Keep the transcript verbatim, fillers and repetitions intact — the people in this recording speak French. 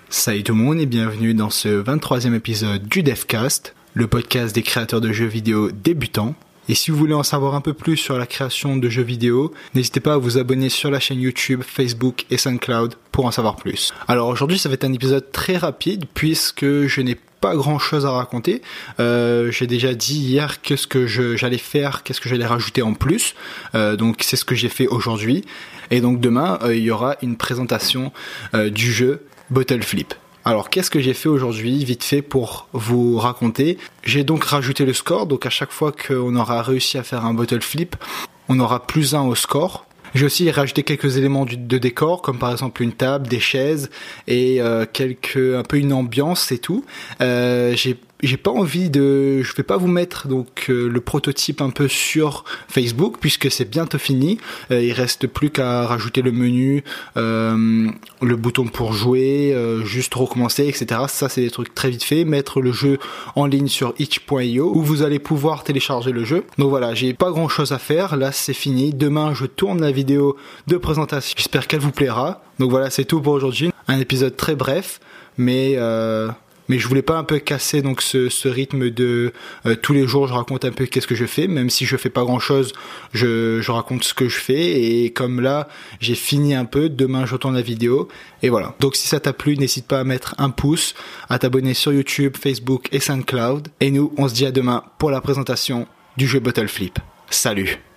Salut tout le monde et bienvenue dans ce vingt-troisième épisode du DevCast, le podcast des créateurs de jeux vidéo débutants. Et si vous voulez en savoir un peu plus sur la création de jeux vidéo, n'hésitez pas à vous abonner sur la chaîne YouTube, Facebook et SoundCloud pour en savoir plus. Alors aujourd'hui ça va être un épisode très rapide puisque je n'ai pas grand chose à raconter. Euh, j'ai déjà dit hier qu'est-ce que je, j'allais faire, qu'est-ce que j'allais rajouter en plus. Euh, donc c'est ce que j'ai fait aujourd'hui. Et donc demain euh, il y aura une présentation euh, du jeu Bottle Flip. Alors qu'est-ce que j'ai fait aujourd'hui, vite fait pour vous raconter. J'ai donc rajouté le score, donc à chaque fois qu'on aura réussi à faire un Bottle Flip, on aura plus un au score. J'ai aussi rajouté quelques éléments de décor, comme par exemple une table, des chaises et euh, quelques un peu une ambiance et tout. Euh, j'ai j'ai pas envie de, je vais pas vous mettre donc euh, le prototype un peu sur Facebook puisque c'est bientôt fini. Euh, il reste plus qu'à rajouter le menu, euh, le bouton pour jouer, euh, juste recommencer, et cetera. Ça c'est des trucs très vite fait. Mettre le jeu en ligne sur itch point io où vous allez pouvoir télécharger le jeu. Donc voilà, j'ai pas grand chose à faire. Là c'est fini. Demain je tourne la vidéo de présentation. J'espère qu'elle vous plaira. Donc voilà, c'est tout pour aujourd'hui. Un épisode très bref, mais euh, Mais je voulais pas un peu casser donc ce, ce rythme de euh, tous les jours je raconte un peu qu'est-ce que je fais, même si je fais pas grand chose, je, je raconte ce que je fais et comme là j'ai fini un peu, demain je retourne la vidéo et voilà. Donc si ça t'a plu, n'hésite pas à mettre un pouce, à t'abonner sur YouTube, Facebook et SoundCloud et nous on se dit à demain pour la présentation du jeu Bottle Flip. Salut!